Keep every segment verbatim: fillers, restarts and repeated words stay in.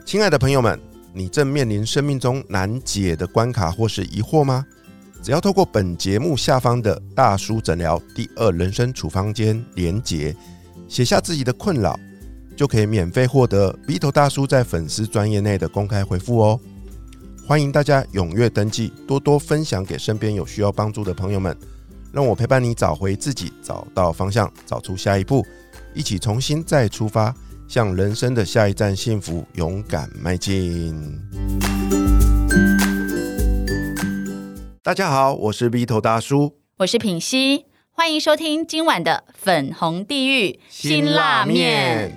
亲爱的朋友们，你正面临生命中难解的关卡或是疑惑吗？只要透过本节目下方的大叔诊疗第二人生处方间连结，写下自己的困扰，就可以免费获得 Vito 大叔在粉丝专页内的公开回复哦。欢迎大家踊跃登记，多多分享给身边有需要帮助的朋友们，让我陪伴你找回自己，找到方向，找出下一步，一起重新再出发，向人生的下一站幸福勇敢迈进。大家好，我是 Vito 大叔， 我是品熙，欢迎收听今晚的粉红地狱辛辣面。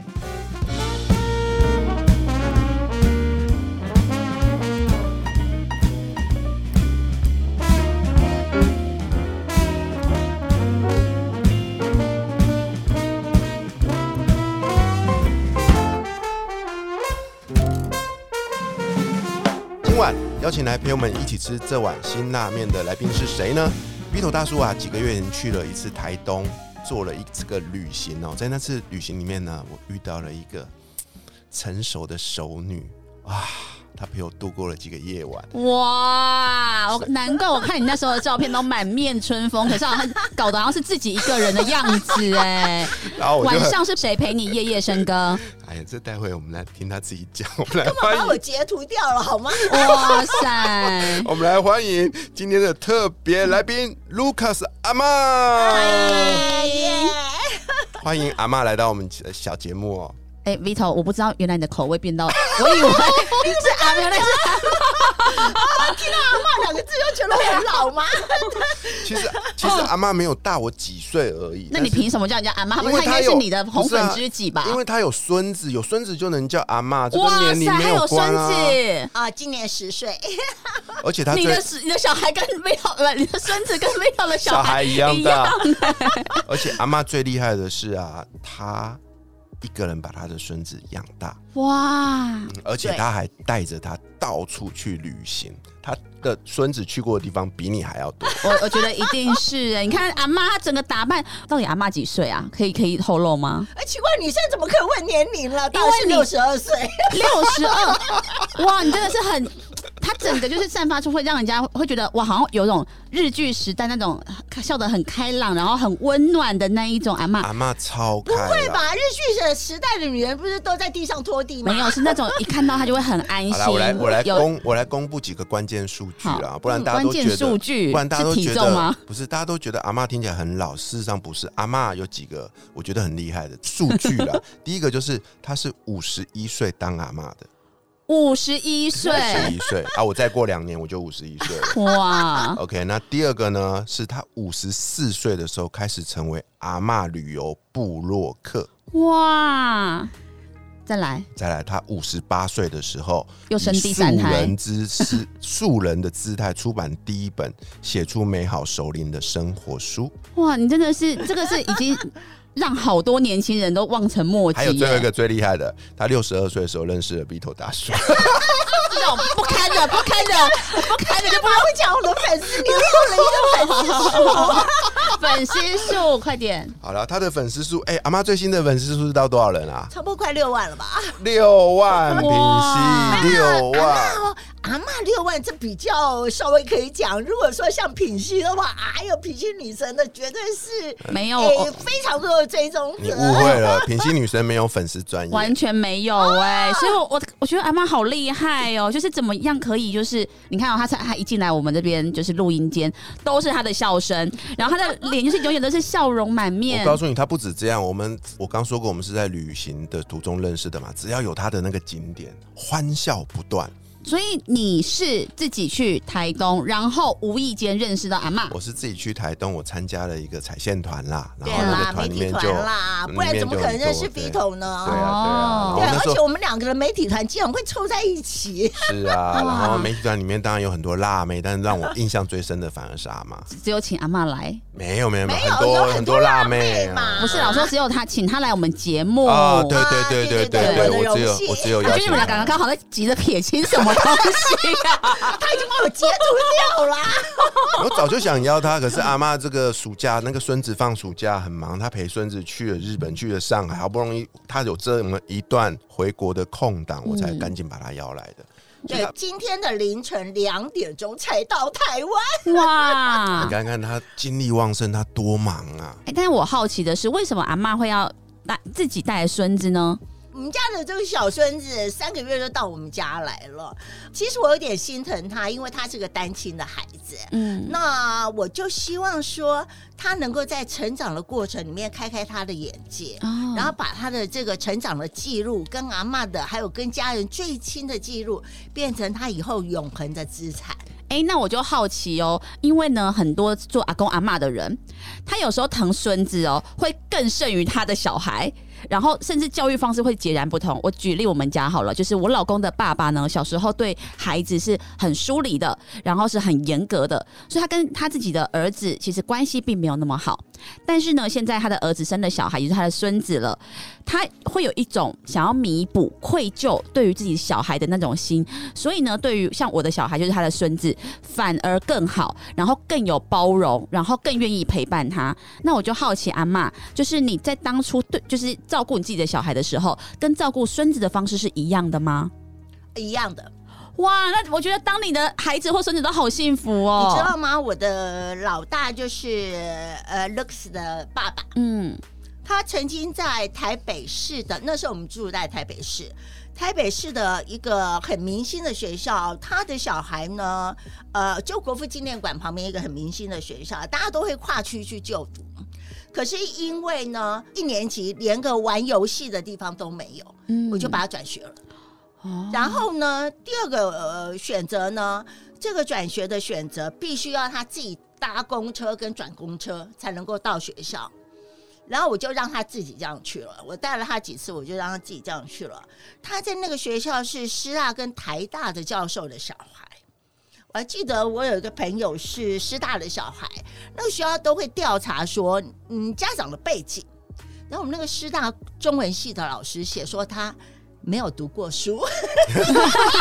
今晚邀请来陪我们一起吃这碗辛辣面的来宾是谁呢？ Vito 大叔啊，几个月前去了一次台东，做了一次个旅行哦。在那次旅行里面呢，我遇到了一个成熟的熟女啊，她陪我度过了几个夜晚。 哇，难怪我看你那时候的照片都满面春风，可是好像搞得好像是自己一个人的样子哎。 然后我就晚上是谁陪你夜夜笙歌？ 哎呀，这待会我们来听他自己讲。我们来欢迎， 干嘛把我截图掉了好吗？ 哇塞！ 我们来欢迎今天的特别来宾 Lucas 阿嬷， 欢迎， 欢迎阿嬷来到我们的小节目哦。 哎、欸、，Vito， 我不知道原来你的口味变到，我以为是阿嬷，那是阿嬷。 听到阿嬷两个字就觉得我很老吗？ 其实其实阿嬷没有大我几岁而已。 那你凭什么叫人家阿嬷？他应因为他该是你的红粉知己吧？ 啊、因为他有孙子，有孙子就能叫阿嬷，这跟哇年龄塞， 没有关啊。 还有孙子啊，今年十岁。 而且他你的你的小孩跟Vito，你的孙子跟Vito的小孩一样大。 而且阿嬷最厉害的是啊，他一个人把他的孙子养大， 哇、 嗯！而且他还带着他到处去旅行，他的孙子去过的地方比你还要多。 我我觉得一定是哎，你看阿嬷整个打扮，到底阿嬷几岁啊？可以可以透露吗？ 哎，奇怪，女生怎么可以问年龄了？当然是六十二岁， 六十二。哇，你真的是很。他整个就是散发出会让人家会觉得哇，好像有种日剧时代那种笑得很开朗，然后很温暖的那一种阿嬷。 阿嬷超开朗。 不会吧？日剧的时代的女人不是都在地上拖地吗？ 没有，是那种一看到她就会很安心。 好啦，我来我来公我来公布几个关键数据啦，不然大家都觉得， 关键数据不然大家都觉是体重吗？ 不是，大家都觉得阿嬷听起来很老，事实上不是。阿嬷有几个我觉得很厉害的数据啦。第一个就是她是五十一岁当阿嬷的。 五十一岁， 五十一岁啊！我再过两年我就五十一岁了。 哇 ！OK， 那第二个呢，是他五十四岁的时候开始成为阿嬷旅游部落客。 哇！再来， 再来，他五十八岁的时候又生第三胎， 素人之姿素人的姿态出版第一本写出美好熟龄的生活书。 哇！你真的是这个是已经。让好多年轻人都望尘莫及。 还有最后一个最厉害的，他六十二岁的时候认识了 Vito 大叔。 这种不堪的、不堪的、不堪的就不会讲我的粉丝，你漏了一个粉丝数。 粉丝数，快点！ 好了，他的粉丝数，哎、欸，阿嬷最新的粉丝数是到多少人啊？ 差不多快六万了吧？ 六万，品熙六万。 阿嬷六万，这比较稍微可以讲。如果说像品熙的话，哎呦，品熙女神的绝对是没有、 欸、非常多的追踪者。 你误会了，品熙女神没有粉丝专页， 完全没有哎、欸。所以我我我觉得阿嬷好厉害哦，就是怎么样可以就是你看哦，她她一进来我们这边就是录音间，都是她的笑声，然后她的脸就是永远都是笑容满面。 我告诉你，她不止这样，我们我刚说过，我们是在旅行的途中认识的嘛，只要有她的那个景点，欢笑不断。 所以你是自己去台东，然后无意间认识到阿嬷。 我是自己去台东，我参加了一个彩线团啦，然后那个团里面就啦，不然怎么可能认识 Vito 呢？ 对啊，对啊， 对，而且我们两个的媒体团竟然会凑在一起。 是啊，然后媒体团里面当然有很多辣妹，但是让我印象最深的反而是阿嬷。 只有请阿嬷来？ 没有没有没有，很多很多辣妹嘛。 不是，老说只有他请他来我们节目。 哦，对对对对对对，我只有我只有邀请。 就是你们俩刚刚刚好在急着撇清什么东西。 他已经把我截图掉了。 我早就想邀他，可是阿嬷这个暑假，那个孙子放暑假很忙，他陪孙子去了日本，去了上海，好不容易他有这么一段回国的空档，我才赶紧把他邀来的。 对，今天的凌晨两点钟才到台湾。 哇！ 你看看他精力旺盛，他多忙啊！ 欸、但是我好奇的是，为什么阿嬷会要带自己带孙子呢？ 我们家的这个小孙子三个月就到我们家来了，其实我有点心疼他，因为他是个单亲的孩子。嗯，那我就希望说他能够在成长的过程里面开开他的眼界，哦、然后把他的这个成长的记录跟阿嬷的还有跟家人最亲的记录变成他以后永恒的资产。 哎、欸，那我就好奇哦，因为呢，很多做阿公阿嬷的人，他有时候疼孙子哦，会更胜于他的小孩，然后甚至教育方式会截然不同。我举例我们家好了，就是我老公的爸爸呢，小时候对孩子是很疏离的，然后是很严格的，所以他跟他自己的儿子其实关系并没有那么好。但是呢，现在他的儿子生了小孩，也就是他的孙子了，他会有一种想要弥补、愧疚对于自己小孩的那种心，所以呢，对于像我的小孩，就是他的孙子，反而更好，然后更有包容，然后更愿意陪伴他。那我就好奇阿嬷，就是你在当初对，就是照顾你自己的小孩的时候，跟照顾孙子的方式是一样的吗？ 一样的。 哇，那我觉得当你的孩子或孙子都好幸福哦。 你知道吗？我的老大就是呃 Lux 的爸爸，嗯，他曾经在台北市的，那时候我们住在台北市，台北市的一个很明星的学校，他的小孩呢，呃，就国父纪念馆旁边一个很明星的学校，大家都会跨区去就读。可是因为呢，一年级连个玩游戏的地方都没有，嗯，我就把他转学了。然后呢，第二个、呃、选择呢，这个转学的选择必须要他自己搭公车跟转公车才能够到学校，然后我就让他自己这样去了。我带了他几次，我就让他自己这样去了。他在那个学校是师大跟台大的教授的小孩。我还记得我有一个朋友是师大的小孩，那个学校都会调查说嗯家长的背景，然后我们那个师大中文系的老师写说他没有读过书因为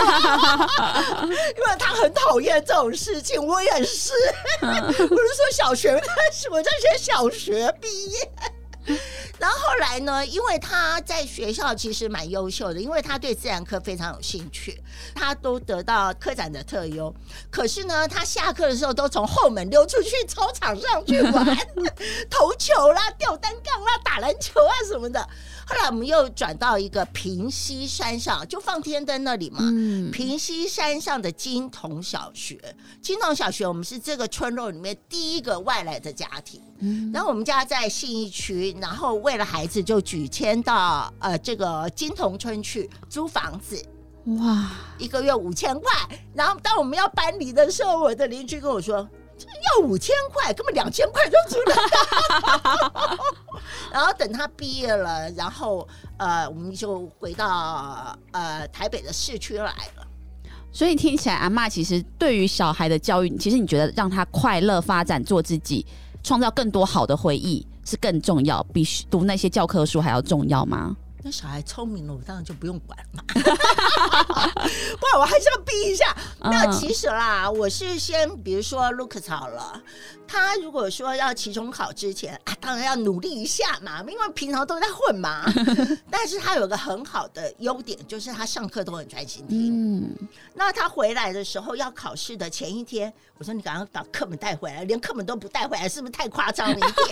他很讨厌这种事情，我也是我是说小学我在学小学毕业然后后来呢，因为他在学校其实蛮优秀的，因为他对自然科非常有兴趣，他都得到科展的特优。可是呢，他下课的时候都从后门溜出去操场上去玩投球啦、吊单杠啦、打篮球啊什么的。后来我们又转到一个平溪山上，就放天灯那里嘛、嗯、平溪山上的金童小学。金童小学我们是这个村落里面第一个外来的家庭、嗯、然后我们家在信义区，然后为了孩子就举迁到呃这个金童村去租房子，哇，一个月五千块。然后当我们要搬离的时候，我的邻居跟我说要五千块，根本两千块就租了然后等他毕业了，然后呃我们就回到呃台北的市区来了。 所以听起来阿嬷其实对于小孩的教育，其实你觉得让他快乐发展做自己，创造更多好的回忆是更重要，比读那些教科书还要重要吗？ 那小孩聪明了，我当然就不用管嘛不然我还是要逼一下。那其实啦，我是先比如说 Lucas 好了，他如果说要期中考之前啊，当然要努力一下嘛，因为平常都在混嘛但是他有个很好的优点，就是他上课都很专心听、嗯、那他回来的时候要考试的前一天，我说你赶快把课本带回来，连课本都不带回来是不是太夸张了一点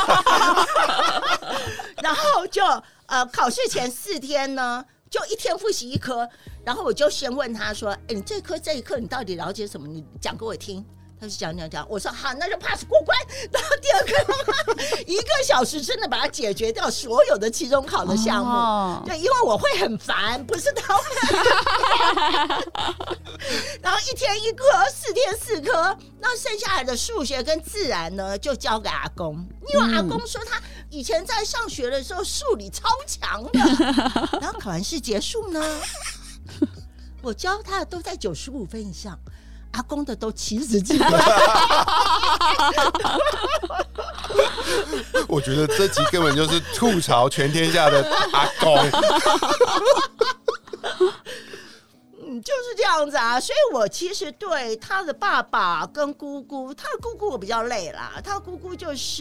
然后就呃，考试前四天呢，就一天复习一科，然后我就先问他说：“哎，你这科这一科你到底了解什么？你讲给我听。”他就讲讲讲，我说好，那就 pass 过关。然后第二科一个小时真的把它解决掉所有的期中考的项目。哦、对，因为我会很烦，不是他会然后一天一科，四天四科，那剩下来的数学跟自然呢，就交给阿公，因为阿公说他以前在上学的时候数理超强的。然后考完试结束呢，我教他的都在九十五分以上。阿公的都七十几分我觉得这集根本就是吐槽全天下的阿公嗯，就是这样子啊。所以我其实对他的爸爸跟姑姑，他的姑姑我比较累啦，他的姑姑就是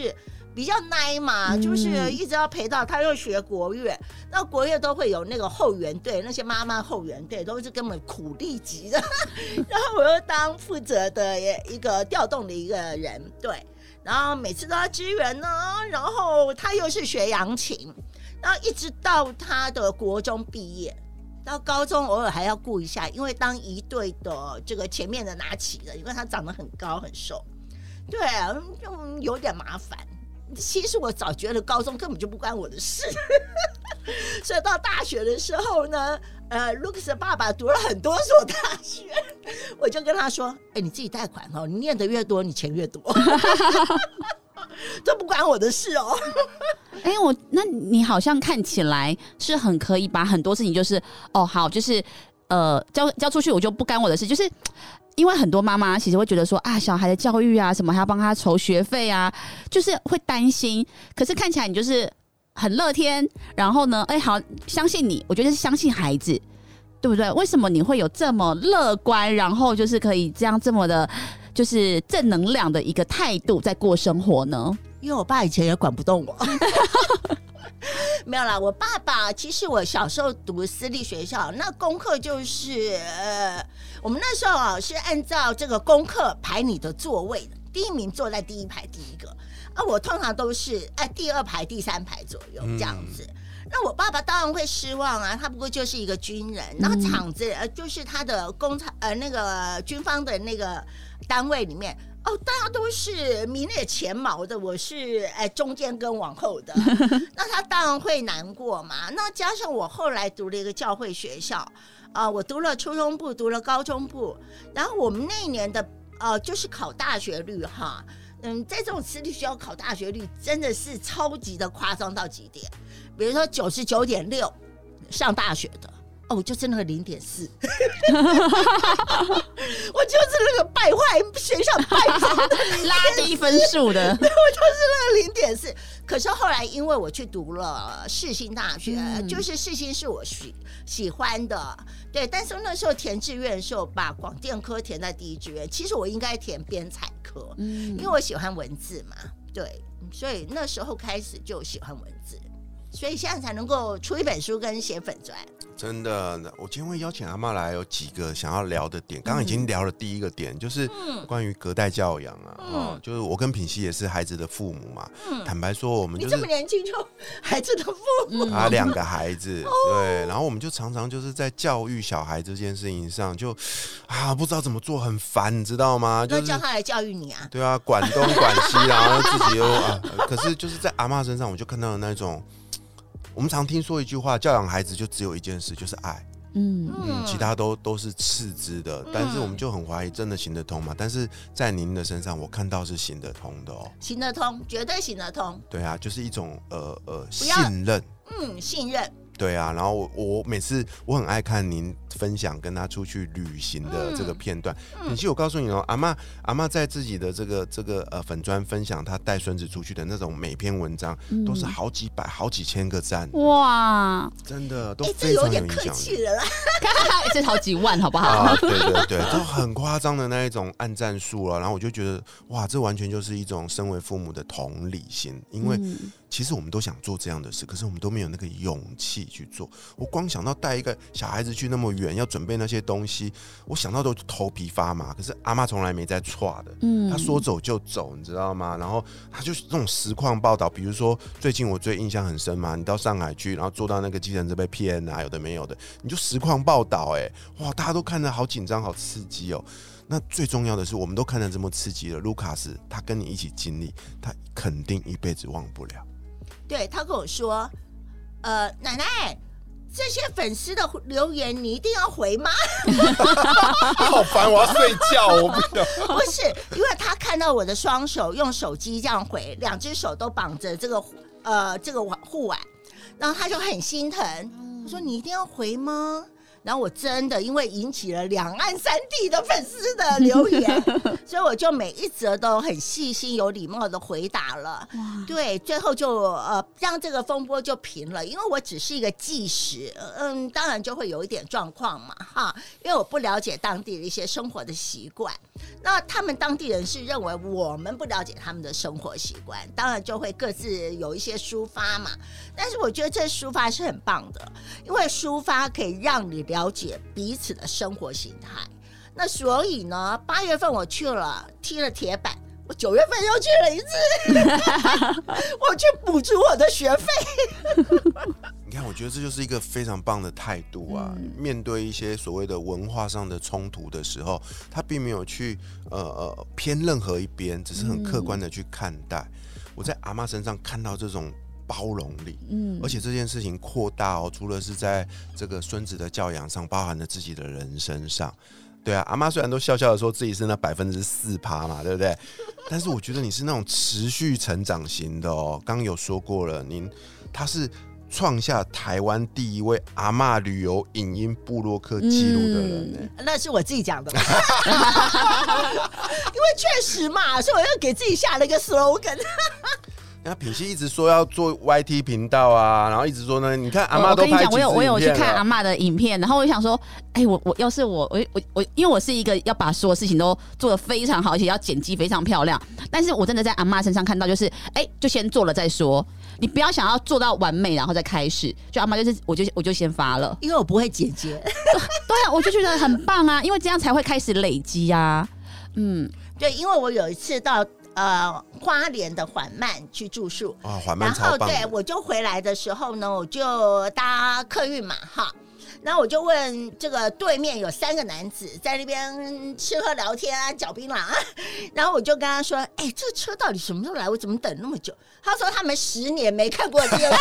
比较奶嘛，嗯、就是一直要陪到他又学国乐，那国乐都会有那个后援队，那些妈妈后援队都是根本苦力级的，然后我又当负责的一个调动的一个人，对，然后每次都要支援呢，然后他又是学扬琴，然后一直到他的国中毕业。到高中偶尔还要顾一下，因为当一队的这个前面的拿起的，因为他长得很高很瘦，对啊，就有点麻烦。其实我早觉得高中根本就不关我的事，所以到大学的时候呢，呃 ，Lucas 的爸爸读了很多所大学，我就跟他说：“哎、欸，你自己贷款哦，你念的越多，你钱越多。”这不关我的事哦。 哎、欸，我那你好像看起来是很可以把很多事情就是哦好，就是呃交交出去，我就不干我的事，就是因为很多妈妈其实会觉得说啊，小孩的教育啊什么还要帮他筹学费啊，就是会担心。可是看起来你就是很乐天，然后呢，哎、欸、好，相信你，我觉得是相信孩子，对不对？为什么你会有这么乐观，然后就是可以这样这么的，就是正能量的一个态度在过生活呢？ 因为我爸以前也管不动我。没有啦，我爸爸其实我小时候读私立学校，那功课就是呃，我们那时候啊是按照这个功课排你的座位的，第一名坐在第一排第一个啊，我通常都是哎第二排第三排左右这样子。嗯，那我爸爸当然会失望啊，他不过就是一个军人，然后厂子呃就是他的工厂呃那个军方的那个单位里面。哦，大家都是名列前茅的，我是哎中间跟往后的，那他当然会难过嘛。那加上我后来读了一个教会学校，啊、呃，我读了初中部，读了高中部，然后我们那一年的呃就是考大学率哈，嗯，在这种私立学校考大学率真的是超级的夸张到极点，比如说九十九点六上大学的。哦，我就是那个零点四，我就是那个败坏学校败坏的拉低分数的， 我就是那个零点四。可是后来因为我去读了世新大学，嗯、就是世新是我喜喜欢的，对。但是那时候填志愿的时候，把广电科填在第一志愿，其实我应该填编采科，嗯，因为我喜欢文字嘛，对，所以那时候开始就喜欢文字。所以现在才能够出一本书跟写粉专。 真的，我今天会邀请阿嬷来，有几个想要聊的点。刚刚已经聊了第一个点，就是关于隔代教养啊、嗯哦，就是我跟品熙也是孩子的父母嘛。嗯、坦白说，我们就是、 你这么年轻就孩子的父母啊，两个孩子，对，然后我们就常常就是在教育小孩这件事情上就，就啊不知道怎么做，很烦，你知道吗？就是、 那叫他来教育你啊？ 对啊，管东管西，然后自己又啊，可是就是在阿嬷身上，我就看到了那种。我们常听说一句话，教养孩子就只有一件事，就是爱。嗯嗯，其他都都是次之的，但是我们就很怀疑，真的行得通吗？但是在您的身上，我看到是行得通的哦， 行得通，绝对行得通。 对啊，就是一种呃呃信任， 嗯，信任。 对啊，然后 我, 我每次我很爱看您分享跟他出去旅行的这个片段。品熙、嗯，我告诉你哦，阿嬷阿嬷在自己的这个这个呃粉专分享她带孙子出去的那种每篇文章，嗯、都是好几百、好几千个赞。哇，真的都非常有影响力了啦， 这好几万好不好？ 啊，对对对，都很夸张的那一种按赞数了。然后我就觉得哇，这完全就是一种身为父母的同理心，因为。嗯其实我们都想做这样的事，可是我们都没有那个勇气去做。我光想到带一个小孩子去那么远，要准备那些东西，我想到都头皮发麻。可是阿嬷从来没在踹的，嗯，她说走就走，你知道吗？然后她就是那种实况报道，比如说最近我最印象很深嘛，你到上海去，然后坐到那个计程车被骗啊，有的没有的，你就实况报道、欸，哎，哇，大家都看得好紧张，好刺激哦。那最重要的是，我们都看得这么刺激了，卢卡斯他跟你一起经历，他肯定一辈子忘不了。 对，他跟我说，呃，奶奶，这些粉丝的留言你一定要回吗？ 好烦，我要睡觉，我不要。 不是，因为他看到我的双手用手机这样回，两只手都绑着这个呃这个护腕，然后他就很心疼。我说你一定要回吗？ 然后我真的因为引起了两岸三地的粉丝的留言，所以我就每一则都很细心有礼貌的回答了。对，最后就呃让这个风波就平了，因为我只是一个纪实，嗯，当然就会有一点状况嘛哈，因为我不了解当地的一些生活的习惯，那他们当地人是认为我们不了解他们的生活习惯，当然就会各自有一些抒发嘛。但是我觉得这抒发是很棒的，因为抒发可以让你了解彼此的生活形态。那所以呢，八月份我去了踢了铁板，我九月份又去了一次我去补足我的学费你看，我觉得这就是一个非常棒的态度啊！嗯、面对一些所谓的文化上的冲突的时候，他并没有去呃呃偏任何一边，只是很客观的去看待。嗯、我在阿嬷身上看到这种包容力，嗯，而且这件事情扩大哦，除了是在这个孙子的教养上，包含了自己的人生上。对啊，阿嬷虽然都笑笑的说自己是那百分之四趴嘛，对不对？但是我觉得你是那种持续成长型的哦。刚刚有说过了，您他是创下台湾第一位阿嬷旅游影音部落客记录的人、欸嗯，那是我自己讲的，因为确实嘛，所以我又给自己下了一个 slogan。 那品熙一直说要做 Y T 频道啊，然后一直说呢，你看阿嬷都拍几支影片了。 我跟你讲，我有我有去看阿嬷的影片，然后我就想说，哎、欸，我我要是我我我我，因为我是一个要把所有事情都做得非常好，而且要剪辑非常漂亮。但是我真的在阿嬷身上看到，就是哎、欸，就先做了再说，你不要想要做到完美然后再开始。就阿嬷就是，我就我就先发了， 因为我不会剪接。 对啊，我就觉得很棒啊，因为这样才会开始累积啊。嗯， 对，因为我有一次到。呃，花莲的缓慢去住宿， 啊，缓慢超棒的。 然后对我就回来的时候呢，我就搭客运嘛，哈。然后我就问这个对面有三个男子在那边吃喝聊天啊，嚼槟榔啊。然后我就跟他说：“哎、欸，这个车到底什么时候来？我怎么等那么久？”他说：“他们十年没看过第二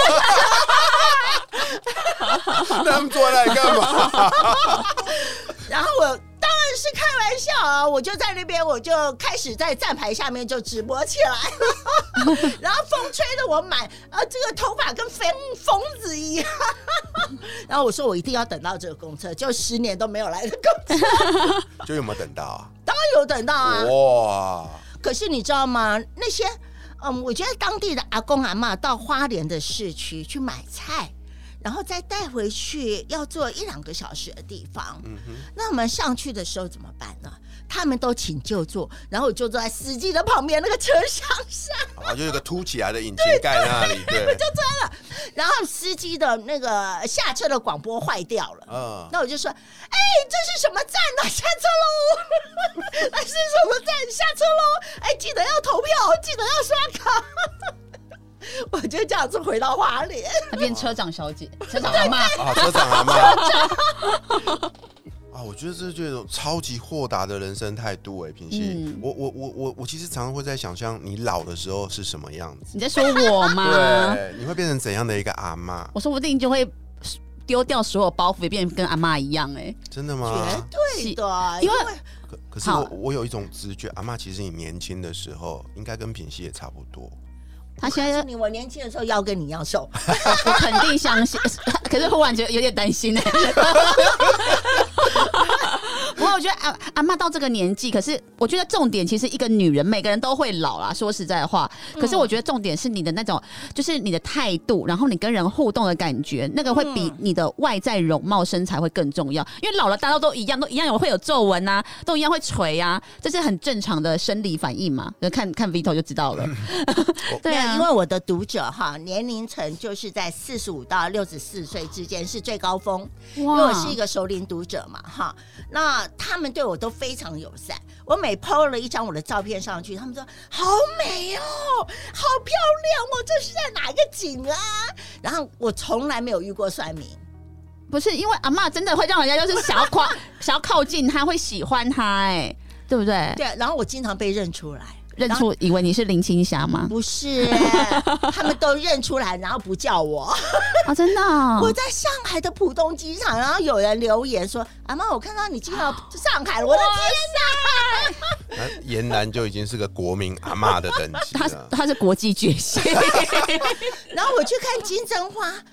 个。”他们坐在那里干嘛？ 然后我。当然是开玩笑啊！我就在那边，我就开始在站牌下面就直播起来，然后风吹得我满啊，这个头发跟疯疯子一样。然后我说我一定要等到这个公车，就十年都没有来的公车， 就有没有等到啊？ 当然有等到啊！ 哇！ 可是你知道吗？那些嗯，我觉得当地的阿公阿嬷到花莲的市区去买菜。然后再带回去要坐一两个小时的地方、嗯、那我们上去的时候怎么办呢？他们都请就坐，然后我就坐在司机的旁边那个车厢上， 啊，就有个凸起来的引擎盖那里，对， 我就坐了。然后司机的那个下车的广播坏掉了，嗯，那我就说，哎，这是什么站呢、啊？下车喽！那是什么站？下车喽！哎，记得要投票，记得要刷卡。我就这样子回到花莲， 她变车长小姐，车长阿嬷啊，车长阿嬷啊，我觉得这就是一种超级豁达的人生态度哎，品熙、嗯，我我我我我其实常常会在想象你老的时候是什么样子。 你在说我吗？ 对，你会变成怎样的一个阿嬷？ 我说不定就会丢掉所有包袱，也变成跟阿嬷一样哎。 真的吗？ 绝对的， 因为可可是我我有一种直觉，阿嬷其实你年轻的时候应该跟品熙也差不多。 他现在你我年轻的时候腰跟你一样瘦， 我肯定相信，可是忽然觉得有点担心哎、欸。不过我觉得阿阿嬷到这个年纪，可是我觉得重点其实一个女人每个人都会老啦，说实在话。可是我觉得重点是你的那种，就是你的态度，然后你跟人互动的感觉，那个会比你的外在容貌身材会更重要。因为老了大家都一样，都一样有会有皱纹啊，都一样会垂啊，这是很正常的生理反应嘛。看看 Vito 就知道了。对啊。 因为我的读者哈年龄层就是在四十五到六十四岁之间是最高峰，因为我是一个熟龄读者嘛哈，那他们对我都非常友善。我每 po 了一张我的照片上去，他们说好美哦，好漂亮哦，这是在哪一个景啊？然后我从来没有遇过酸民。 不是因为阿嬷真的会让人家就是想要夸想要靠近他，会喜欢他哎、欸，对不对？ 对，然后我经常被认出来。 认出以为你是林青霞吗？ 不是，他们都认出来，然后不叫我。 啊，真的、哦？ 我在上海的浦东机场，然后有人留言说：“阿嬷，我看到你进到上海了。”我的天哪！ 那俨然就已经是个国民阿嬷的等级了。 他他是国际巨星。 然后我去看金针花，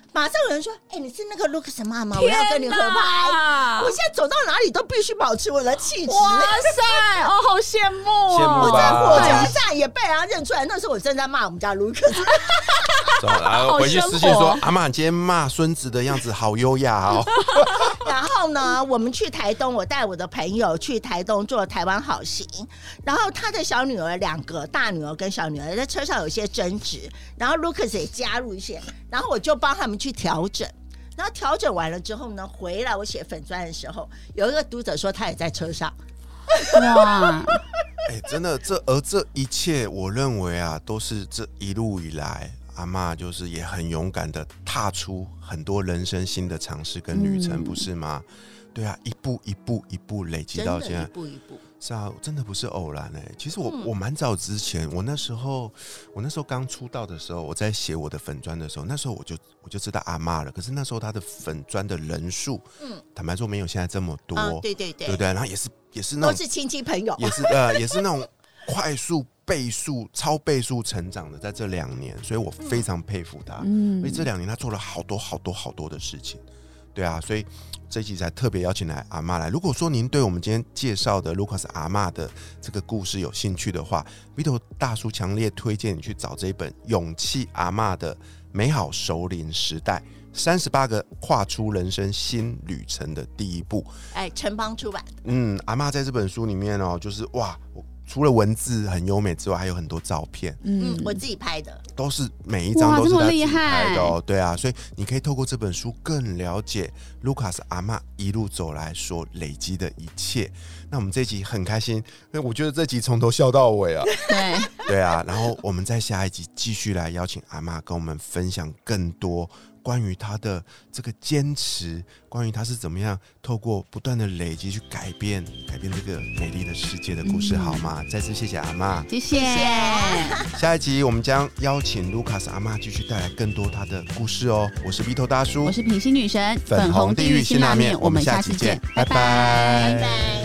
马上有人说：“哎、欸，你是那个 Lucas 妈妈，我要跟你合拍。”我现在走到哪里都必须保持我的气质。 哇塞，哦，好羡慕哦！ 羡慕我在火车站也被人家认出来，那时候我正在骂我们家 Lucas。 然后回去私信说：“阿嬷，今天骂孙子的样子好优雅哦。” 然后呢，我们去台东，我带我的朋友去台东做台湾好行。然后他的小女儿两个，大女儿跟小女儿在车上有些争执，然后 Lucas 也加入一些，然后我就帮他们去调整。然后调整完了之后呢，回来我写粉专的时候，有一个读者说他也在车上。 哇！ 哎，真的，这而这一切，我认为啊，都是这一路以来。阿嬷就是也很勇敢的踏出很多人生新的尝试跟旅程，嗯、不是吗？对啊，一步一步一步累积到现在， 一步一步。 是啊，真的不是偶然哎、欸。其实我、 嗯、 我蛮早之前，我那时候我那时候刚出道的时候，我在写我的粉专的时候，那时候我就我就知道阿嬷了。可是那时候他的粉专的人数，嗯，坦白说没有现在这么多， 啊、对对对， 对不对？然后也是也是那种都是亲戚朋友， 也是呃也是那种快速。倍数超倍数成长的，在这两年，所以我非常佩服他。嗯，所以这两年他做了好多好多好多的事情，对啊，所以这一集才特别邀请来阿嬷来。如果说您对我们今天介绍的 Lucas 阿嬷的这个故事有兴趣的话 ，Vito 大叔强烈推荐你去找这一本《勇气阿嬷的美好熟龄时代》。三十八个跨出人生新旅程的第一步， 哎，城邦出版。 嗯，阿嬷在这本书里面哦，就是哇。除了文字很优美之外，还有很多照片。 嗯，我自己拍的， 都是每一张都是他自己拍的哦。对啊，所以你可以透过这本书更了解 Lucas 阿嬷一路走来所累积的一切。那我们这集很开心，因为我觉得这集从头笑到尾啊。 对对啊，然后我们在下一集继续来邀请阿嬷跟我们分享更多关于他的这个坚持，关于他是怎么样透过不断的累积去改变改变这个美丽的世界的故事，好吗？再次谢谢阿嬷， 谢谢。 下一集我们将邀请 Lucas 阿嬷继续带来更多他的故事哦。我是 Vito 大叔， 我是品心女神， 粉红地狱辛辣面，我们下期见，拜拜。 拜拜。